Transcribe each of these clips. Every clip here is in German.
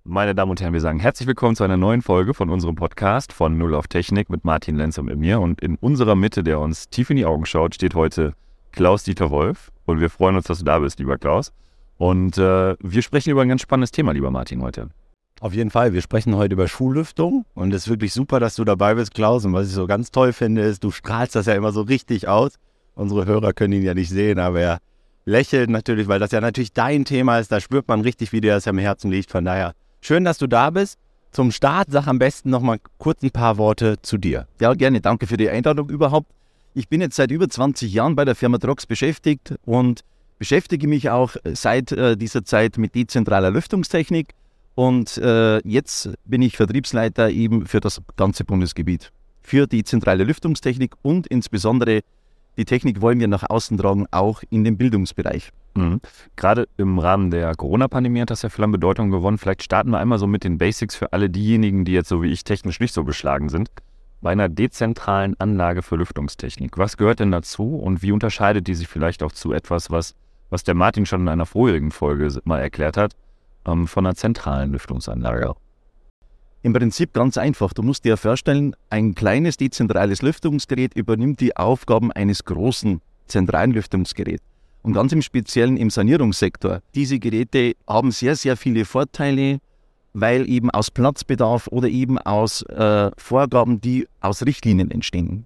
Meine Damen und Herren, wir sagen herzlich willkommen zu einer neuen Folge von unserem Podcast von Null auf Technik mit Martin Lenz und mit mir. Und in unserer Mitte, der uns tief in die Augen schaut, steht heute Klaus-Dieter Wolf. Und wir freuen uns, dass du da bist, lieber Klaus. Und wir sprechen über ein ganz spannendes Thema, lieber Martin, heute. Auf jeden Fall. Wir sprechen heute über Schullüftung. Und es ist wirklich super, dass du dabei bist, Klaus. Und was ich so ganz toll finde, ist, du strahlst das ja immer so richtig aus. Unsere Hörer können ihn ja nicht sehen, aber er lächelt natürlich, weil das ja natürlich dein Thema ist. Da spürt man richtig, wie dir das am Herzen liegt. Von daher schön, dass du da bist. Zum Start sag am besten noch mal kurz ein paar Worte zu dir. Ja, gerne. Danke für die Einladung überhaupt. Ich bin jetzt seit über 20 Jahren bei der Firma Trox beschäftigt und beschäftige mich auch seit dieser Zeit mit dezentraler Lüftungstechnik. Und jetzt bin ich Vertriebsleiter eben für das ganze Bundesgebiet. Für dezentrale Lüftungstechnik und insbesondere die Technik wollen wir nach außen tragen, auch in den Bildungsbereich. Mhm. Gerade im Rahmen der Corona-Pandemie hat das ja viel an Bedeutung gewonnen. Vielleicht starten wir einmal so mit den Basics für alle diejenigen, die jetzt so wie ich technisch nicht so beschlagen sind. Bei einer dezentralen Anlage für Lüftungstechnik, was gehört denn dazu und wie unterscheidet die sich vielleicht auch zu etwas, was der Martin schon in einer vorherigen Folge mal erklärt hat, von einer zentralen Lüftungsanlage? Im Prinzip ganz einfach. Du musst dir vorstellen, ein kleines dezentrales Lüftungsgerät übernimmt die Aufgaben eines großen zentralen Lüftungsgeräts. Und ganz im Speziellen im Sanierungssektor. Diese Geräte haben sehr, sehr viele Vorteile, weil eben aus Platzbedarf oder eben aus Vorgaben, die aus Richtlinien entstehen.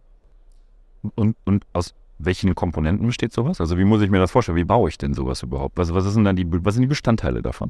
Und aus welchen Komponenten besteht sowas? Also wie muss ich mir das vorstellen? Wie baue ich denn sowas überhaupt? Was sind dann was sind die Bestandteile davon?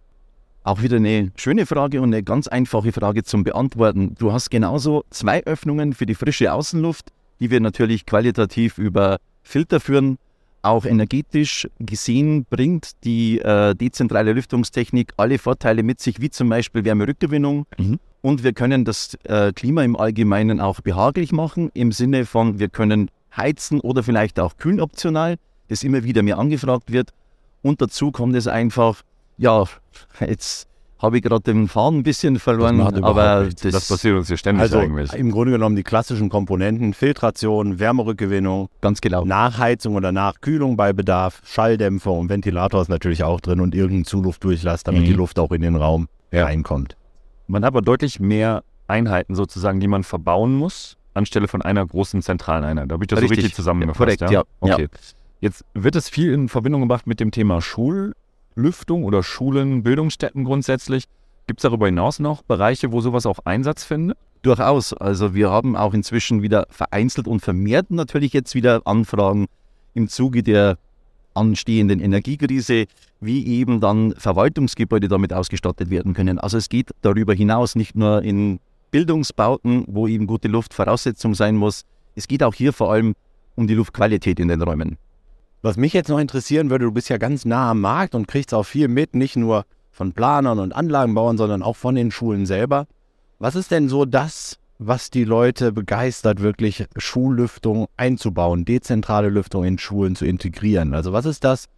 Auch wieder eine schöne Frage und eine ganz einfache Frage zum Beantworten. Du hast genauso 2 Öffnungen für die frische Außenluft, die wir natürlich qualitativ über Filter führen. Auch energetisch gesehen bringt die dezentrale Lüftungstechnik alle Vorteile mit sich, wie zum Beispiel Wärmerückgewinnung. Und wir können das Klima im Allgemeinen auch behaglich machen, im Sinne von, wir können heizen oder vielleicht auch kühlen optional, das immer wieder mehr angefragt wird. Und dazu kommt es einfach, ja, jetzt habe ich gerade den Faden ein bisschen verloren, aber das passiert uns hier ständig eigentlich. Also im Grunde genommen die klassischen Komponenten, Filtration, Wärmerückgewinnung, ganz genau. Nachheizung oder Nachkühlung bei Bedarf, Schalldämpfer und Ventilator ist natürlich auch drin und irgendein Zuluftdurchlass, damit die Luft auch in den Raum reinkommt. Man hat aber deutlich mehr Einheiten sozusagen, die man verbauen muss, anstelle von einer großen zentralen Einheit. Da habe ich das so richtig zusammengefasst. Korrekt, ja. Okay. Jetzt wird es viel in Verbindung gebracht mit dem Thema Schullüftung oder Schulen, Bildungsstätten grundsätzlich. Gibt es darüber hinaus noch Bereiche, wo sowas auch Einsatz findet? Durchaus. Also wir haben auch inzwischen wieder vereinzelt und vermehrt natürlich jetzt wieder Anfragen im Zuge der anstehenden Energiekrise, wie eben dann Verwaltungsgebäude damit ausgestattet werden können. Also es geht darüber hinaus nicht nur in Bildungsbauten, wo eben gute Luft Voraussetzung sein muss. Es geht auch hier vor allem um die Luftqualität in den Räumen. Was mich jetzt noch interessieren würde, du bist ja ganz nah am Markt und kriegst auch viel mit, nicht nur von Planern und Anlagenbauern, sondern auch von den Schulen selber. Was ist denn so das, was die Leute begeistert, wirklich Schullüftung einzubauen, dezentrale Lüftung in Schulen zu integrieren? Also was ist das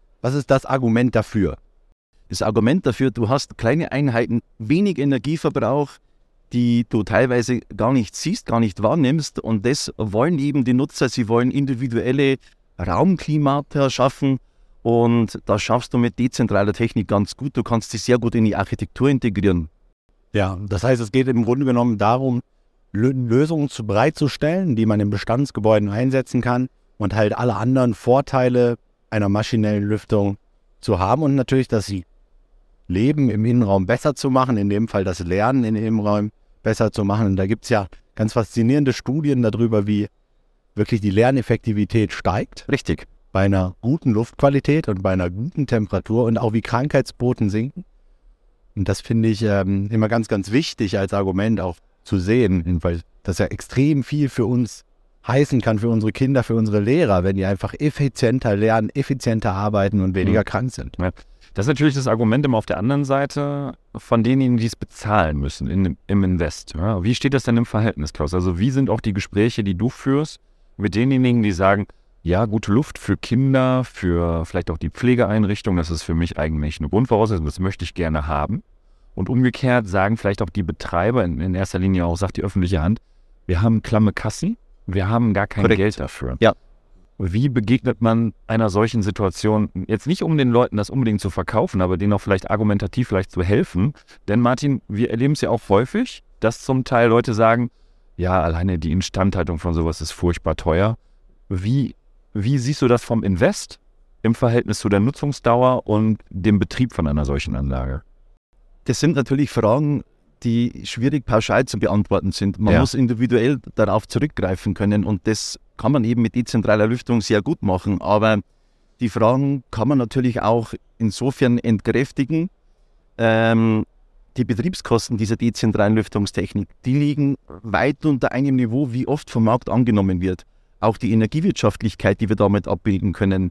Argument dafür? Das Argument dafür, du hast kleine Einheiten, wenig Energieverbrauch, die du teilweise gar nicht siehst, gar nicht wahrnimmst. Und das wollen eben die Nutzer, sie wollen individuelle Raumklimata schaffen. Und das schaffst du mit dezentraler Technik ganz gut. Du kannst sie sehr gut in die Architektur integrieren. Ja, das heißt, es geht im Grunde genommen darum, Lösungen bereitzustellen, die man in Bestandsgebäuden einsetzen kann und halt alle anderen Vorteile einer maschinellen Lüftung zu haben und natürlich das Leben im Innenraum besser zu machen, in dem Fall das Lernen in den Innenräumen besser zu machen. Und da gibt es ja ganz faszinierende Studien darüber, wie wirklich die Lerneffektivität steigt. Richtig. Bei einer guten Luftqualität und bei einer guten Temperatur und auch wie Krankheitsquoten sinken. Und das finde ich immer ganz, ganz wichtig als Argument auch zu sehen, weil das ja extrem viel für uns heißen kann, für unsere Kinder, für unsere Lehrer, wenn die einfach effizienter lernen, effizienter arbeiten und weniger krank sind. Ja. Das ist natürlich das Argument immer auf der anderen Seite von denjenigen, die es bezahlen müssen im Invest. Ja, wie steht das denn im Verhältnis, Klaus? Also wie sind auch die Gespräche, die du führst mit denjenigen, die sagen, ja, gute Luft für Kinder, für vielleicht auch die Pflegeeinrichtung, das ist für mich eigentlich eine Grundvoraussetzung, das möchte ich gerne haben. Und umgekehrt sagen vielleicht auch die Betreiber, in erster Linie auch, sagt die öffentliche Hand, wir haben klamme Kassen, wir haben gar kein Geld dafür. Ja. Wie begegnet man einer solchen Situation? Jetzt nicht, um den Leuten das unbedingt zu verkaufen, aber denen auch vielleicht argumentativ vielleicht zu helfen. Denn Martin, wir erleben es ja auch häufig, dass zum Teil Leute sagen, ja, alleine die Instandhaltung von sowas ist furchtbar teuer. Wie siehst du das vom Invest im Verhältnis zu der Nutzungsdauer und dem Betrieb von einer solchen Anlage? Das sind natürlich Fragen, die schwierig pauschal zu beantworten sind. Man muss individuell darauf zurückgreifen können und das kann man eben mit dezentraler Lüftung sehr gut machen. Aber die Fragen kann man natürlich auch insofern entkräftigen. Die Betriebskosten dieser dezentralen Lüftungstechnik, die liegen weit unter einem Niveau, wie oft vom Markt angenommen wird. Auch die Energiewirtschaftlichkeit, die wir damit abbilden können.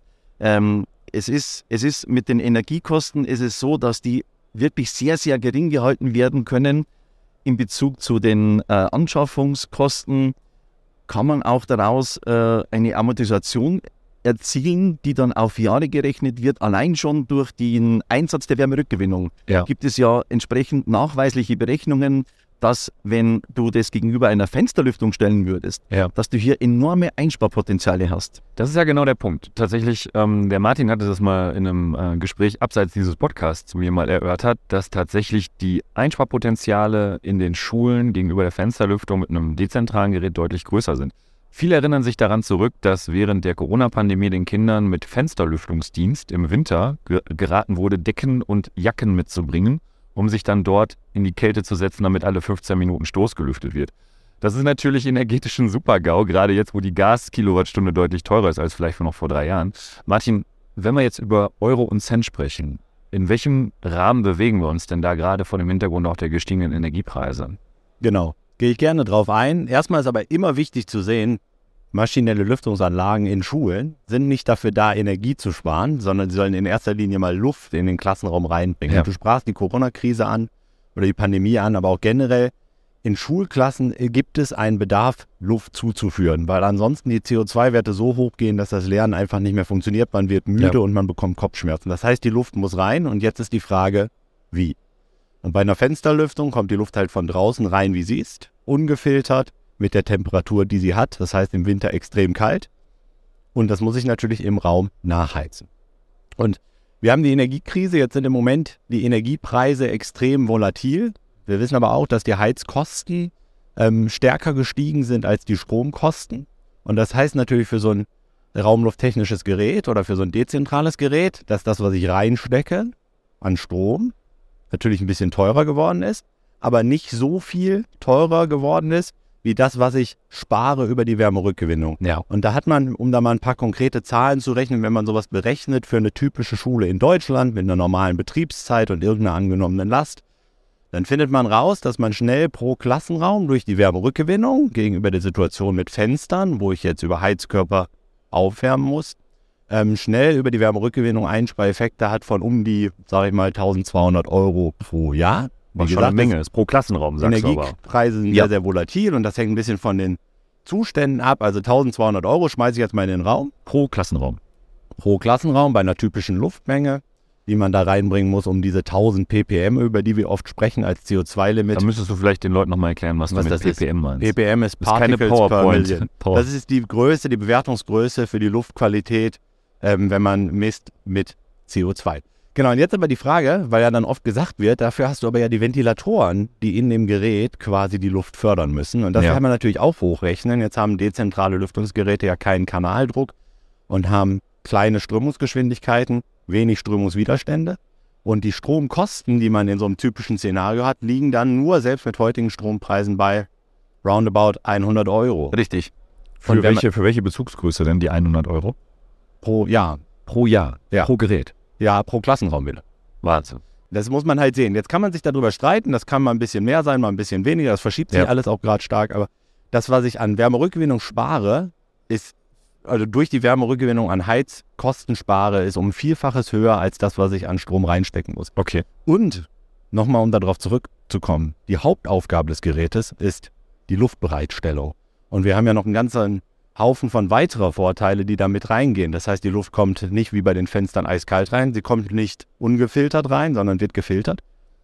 Es ist mit den Energiekosten ist es so, dass die wirklich sehr, sehr gering gehalten werden können. In Bezug zu den Anschaffungskosten kann man auch daraus eine Amortisation erzielen, die dann auf Jahre gerechnet wird. Allein schon durch den Einsatz der Wärmerückgewinnung gibt es ja entsprechend nachweisliche Berechnungen, dass wenn du das gegenüber einer Fensterlüftung stellen würdest, dass du hier enorme Einsparpotenziale hast. Das ist ja genau der Punkt. Tatsächlich, der Martin hatte das mal in einem Gespräch abseits dieses Podcasts mir mal erörtert, dass tatsächlich die Einsparpotenziale in den Schulen gegenüber der Fensterlüftung mit einem dezentralen Gerät deutlich größer sind. Viele erinnern sich daran zurück, dass während der Corona-Pandemie den Kindern mit Fensterlüftungsdienst im Winter geraten wurde, Decken und Jacken mitzubringen, um sich dann dort in die Kälte zu setzen, damit alle 15 Minuten stoßgelüftet wird. Das ist natürlich energetisch ein Super-GAU, gerade jetzt, wo die Gas-Kilowattstunde deutlich teurer ist als vielleicht noch vor 3 Jahren. Martin, wenn wir jetzt über Euro und Cent sprechen, in welchem Rahmen bewegen wir uns denn da gerade vor dem Hintergrund auch der gestiegenen Energiepreise? Genau, gehe ich gerne drauf ein. Erstmal ist aber immer wichtig zu sehen, maschinelle Lüftungsanlagen in Schulen sind nicht dafür da, Energie zu sparen, sondern sie sollen in erster Linie mal Luft in den Klassenraum reinbringen. Ja. Du sprachst die Corona-Krise an oder die Pandemie an, aber auch generell in Schulklassen gibt es einen Bedarf, Luft zuzuführen, weil ansonsten die CO2-Werte so hoch gehen, dass das Lernen einfach nicht mehr funktioniert. Man wird müde und man bekommt Kopfschmerzen. Das heißt, die Luft muss rein und jetzt ist die Frage, wie? Und bei einer Fensterlüftung kommt die Luft halt von draußen rein, wie sie ist, ungefiltert, mit der Temperatur, die sie hat. Das heißt im Winter extrem kalt. Und das muss ich natürlich im Raum nachheizen. Und wir haben die Energiekrise. Jetzt sind im Moment die Energiepreise extrem volatil. Wir wissen aber auch, dass die Heizkosten stärker gestiegen sind als die Stromkosten. Und das heißt natürlich für so ein raumlufttechnisches Gerät oder für so ein dezentrales Gerät, dass das, was ich reinstecke an Strom, natürlich ein bisschen teurer geworden ist, aber nicht so viel teurer geworden ist, wie das, was ich spare über die Wärmerückgewinnung. Ja. Und da hat man, um da mal ein paar konkrete Zahlen zu rechnen, wenn man sowas berechnet für eine typische Schule in Deutschland mit einer normalen Betriebszeit und irgendeiner angenommenen Last, dann findet man raus, dass man schnell pro Klassenraum durch die Wärmerückgewinnung gegenüber der Situation mit Fenstern, wo ich jetzt über Heizkörper aufwärmen muss, schnell über die Wärmerückgewinnung Einspareffekte hat von um die, sage ich mal, 1.200 € pro Jahr. Was schon eine Menge ist, pro Klassenraum, sagst du aber. Energiepreise sind sehr, sehr volatil und das hängt ein bisschen von den Zuständen ab. Also 1.200 € schmeiße ich jetzt mal in den Raum. Pro Klassenraum. Pro Klassenraum bei einer typischen Luftmenge, die man da reinbringen muss, um diese 1000 ppm, über die wir oft sprechen, als CO2-Limit. Da müsstest du vielleicht den Leuten nochmal erklären, was du mit das ppm meinst. ppm ist Das ist keine Particles per PowerPoint. Million. Das ist die Größe, die Bewertungsgröße für die Luftqualität, wenn man misst mit CO2. Genau, und jetzt aber die Frage, weil ja dann oft gesagt wird, dafür hast du aber ja die Ventilatoren, die in dem Gerät quasi die Luft fördern müssen. Und das kann man natürlich auch hochrechnen. Jetzt haben dezentrale Lüftungsgeräte ja keinen Kanaldruck und haben kleine Strömungsgeschwindigkeiten, wenig Strömungswiderstände. Und die Stromkosten, die man in so einem typischen Szenario hat, liegen dann nur selbst mit heutigen Strompreisen bei roundabout 100 €. Richtig. Für welche Bezugsgröße denn die 100 € Pro Jahr. pro Jahr, Ja. pro Gerät? Ja, pro Klassenraum wieder. Wahnsinn. Das muss man halt sehen. Jetzt kann man sich darüber streiten, das kann mal ein bisschen mehr sein, mal ein bisschen weniger, das verschiebt sich alles auch gerade stark, aber das, was ich an Wärmerückgewinnung spare, ist, also durch die Wärmerückgewinnung an Heizkosten spare, ist um ein Vielfaches höher als das, was ich an Strom reinstecken muss. Okay. Und, nochmal um darauf zurückzukommen, die Hauptaufgabe des Gerätes ist die Luftbereitstellung. Und wir haben ja noch einen ganzen Haufen von weiterer Vorteile, die da mit reingehen. Das heißt, die Luft kommt nicht wie bei den Fenstern eiskalt rein, sie kommt nicht ungefiltert rein, sondern wird gefiltert.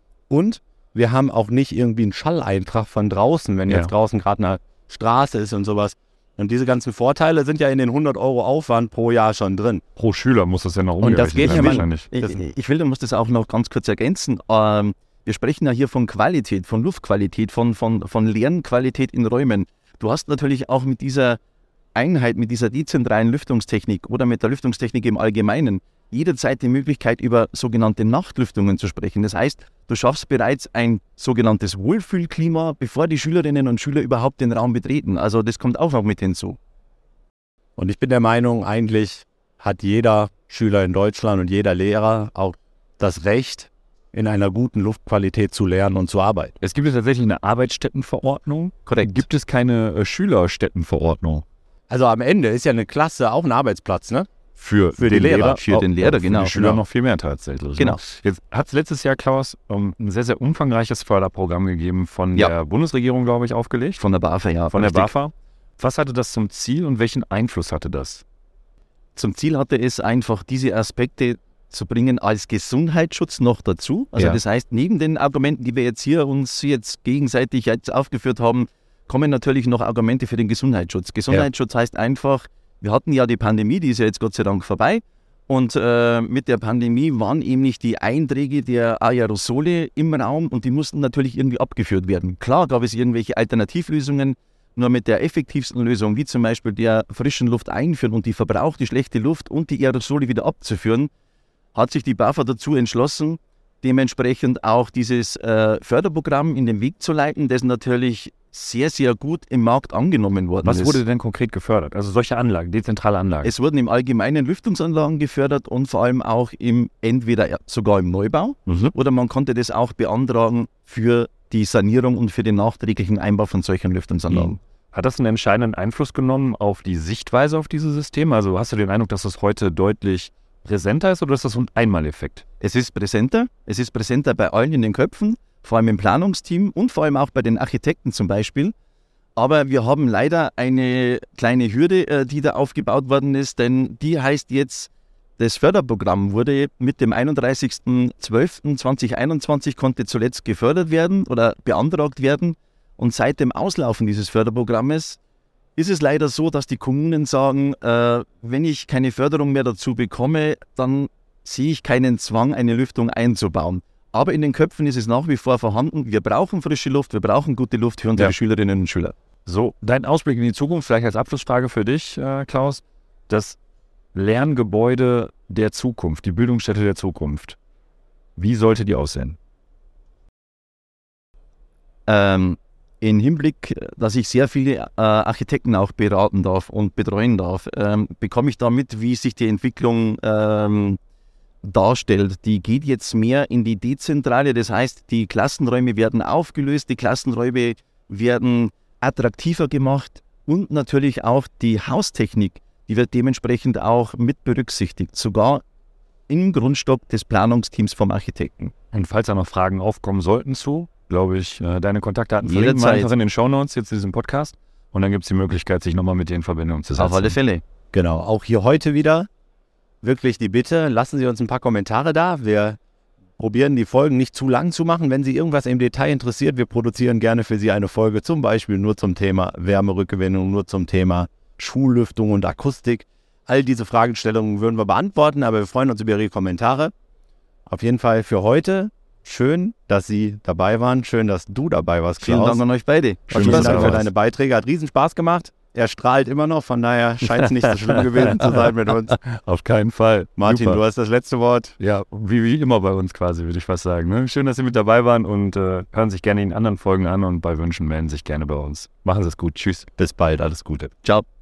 Und wir haben auch nicht irgendwie einen Schalleintrag von draußen, wenn jetzt draußen gerade eine Straße ist und sowas, Und diese ganzen Vorteile sind ja in den 100 € Aufwand pro Jahr schon drin. Pro Schüler muss das ja noch Und das umgerechnet geht werden ja wahrscheinlich. Ich will, du musst das auch noch ganz kurz ergänzen. Wir sprechen ja hier von Qualität, von Luftqualität, von Lernqualität in Räumen. Du hast natürlich auch mit dieser Einheit, mit dieser dezentralen Lüftungstechnik oder mit der Lüftungstechnik im Allgemeinen jederzeit die Möglichkeit, über sogenannte Nachtlüftungen zu sprechen. Das heißt, du schaffst bereits ein sogenanntes Wohlfühlklima, bevor die Schülerinnen und Schüler überhaupt den Raum betreten. Also das kommt auch noch mit hinzu. Und ich bin der Meinung, eigentlich hat jeder Schüler in Deutschland und jeder Lehrer auch das Recht, in einer guten Luftqualität zu lernen und zu arbeiten. Es gibt ja tatsächlich eine Arbeitsstättenverordnung. Korrekt. Gibt es keine Schülerstättenverordnung? Also am Ende ist ja eine Klasse auch ein Arbeitsplatz, ne? Für die den Lehrer. Für den Lehrer, für genau. die Schüler Genau. noch viel mehr tatsächlich. Genau. Ne? Jetzt hat es letztes Jahr, Klaus, ein sehr, sehr umfangreiches Förderprogramm gegeben von Ja. der Bundesregierung, glaube ich, aufgelegt. Von der BAFA, ja. Von der richtig. BAFA. Was hatte das zum Ziel und welchen Einfluss hatte das? Zum Ziel hatte es einfach, diese Aspekte zu bringen als Gesundheitsschutz noch dazu. Also Ja. das heißt, neben den Argumenten, die wir jetzt hier uns jetzt gegenseitig jetzt aufgeführt haben, kommen natürlich noch Argumente für den Gesundheitsschutz. Gesundheitsschutz heißt einfach, wir hatten ja die Pandemie, die ist ja jetzt Gott sei Dank vorbei. Und mit der Pandemie waren eben nicht die Einträge der Aerosole im Raum und die mussten natürlich irgendwie abgeführt werden. Klar gab es irgendwelche Alternativlösungen, nur mit der effektivsten Lösung, wie zum Beispiel der frischen Luft einführen und die verbrauchte schlechte Luft und die Aerosole wieder abzuführen, hat sich die BAFA dazu entschlossen, dementsprechend auch dieses Förderprogramm in den Weg zu leiten, das natürlich sehr, sehr gut im Markt angenommen worden ist. Was wurde denn konkret gefördert? Also solche Anlagen, dezentrale Anlagen. Es wurden im Allgemeinen Lüftungsanlagen gefördert und vor allem auch entweder sogar im Neubau oder man konnte das auch beantragen für die Sanierung und für den nachträglichen Einbau von solchen Lüftungsanlagen. Hat das einen entscheidenden Einfluss genommen auf die Sichtweise auf diese Systeme? Also hast du den Eindruck, dass das heute deutlich präsenter ist oder ist das so ein Einmaleffekt? Es ist präsenter bei allen in den Köpfen, vor allem im Planungsteam und vor allem auch bei den Architekten zum Beispiel. Aber wir haben leider eine kleine Hürde, die da aufgebaut worden ist, denn die heißt jetzt, das Förderprogramm wurde mit dem 31.12.2021 konnte zuletzt gefördert werden oder beantragt werden. Und seit dem Auslaufen dieses Förderprogrammes ist es leider so, dass die Kommunen sagen, wenn ich keine Förderung mehr dazu bekomme, dann sehe ich keinen Zwang, eine Lüftung einzubauen. Aber in den Köpfen ist es nach wie vor vorhanden, wir brauchen frische Luft, wir brauchen gute Luft für unsere Schülerinnen und Schüler. So, dein Ausblick in die Zukunft, vielleicht als Abschlussfrage für dich, Klaus. Das Lerngebäude der Zukunft, die Bildungsstätte der Zukunft, wie sollte die aussehen? In Hinblick, dass ich sehr viele Architekten auch beraten darf und betreuen darf, bekomme ich damit, wie sich die Entwicklung darstellt. Die geht jetzt mehr in die Dezentrale, das heißt, die Klassenräume werden aufgelöst, die Klassenräume werden attraktiver gemacht und natürlich auch die Haustechnik, die wird dementsprechend auch mit berücksichtigt, sogar im Grundstock des Planungsteams vom Architekten. Und falls da noch Fragen aufkommen sollten zu, glaube ich, deine Kontaktdaten verlinken wir Jederzeit. einfach in den Shownotes jetzt in diesem Podcast und dann gibt es die Möglichkeit, sich nochmal mit dir in Verbindung zu setzen. Auf alle Fälle. Genau, auch hier heute wieder wirklich die Bitte, lassen Sie uns ein paar Kommentare da. Wir probieren die Folgen nicht zu lang zu machen. Wenn Sie irgendwas im Detail interessiert, wir produzieren gerne für Sie eine Folge, zum Beispiel nur zum Thema Wärmerückgewinnung, nur zum Thema Schullüftung und Akustik. All diese Fragestellungen würden wir beantworten, aber wir freuen uns über Ihre Kommentare. Auf jeden Fall für heute schön, dass Sie dabei waren. Schön, dass du dabei warst, Klaus. Vielen Dank an euch beide. Schön, Vielen dass du Dank da für warst. deine Beiträge. Hat riesen Spaß gemacht. Er strahlt immer noch, von daher scheint es nicht so schlimm gewesen zu sein mit uns. Auf keinen Fall. Martin, Super. du hast das letzte Wort. Ja, wie immer bei uns quasi, würde ich fast sagen. Ne? Schön, dass Sie mit dabei waren und hören sich gerne in anderen Folgen an und bei Wünschen melden sich gerne bei uns. Machen Sie es gut. Tschüss. Bis bald. Alles Gute. Ciao.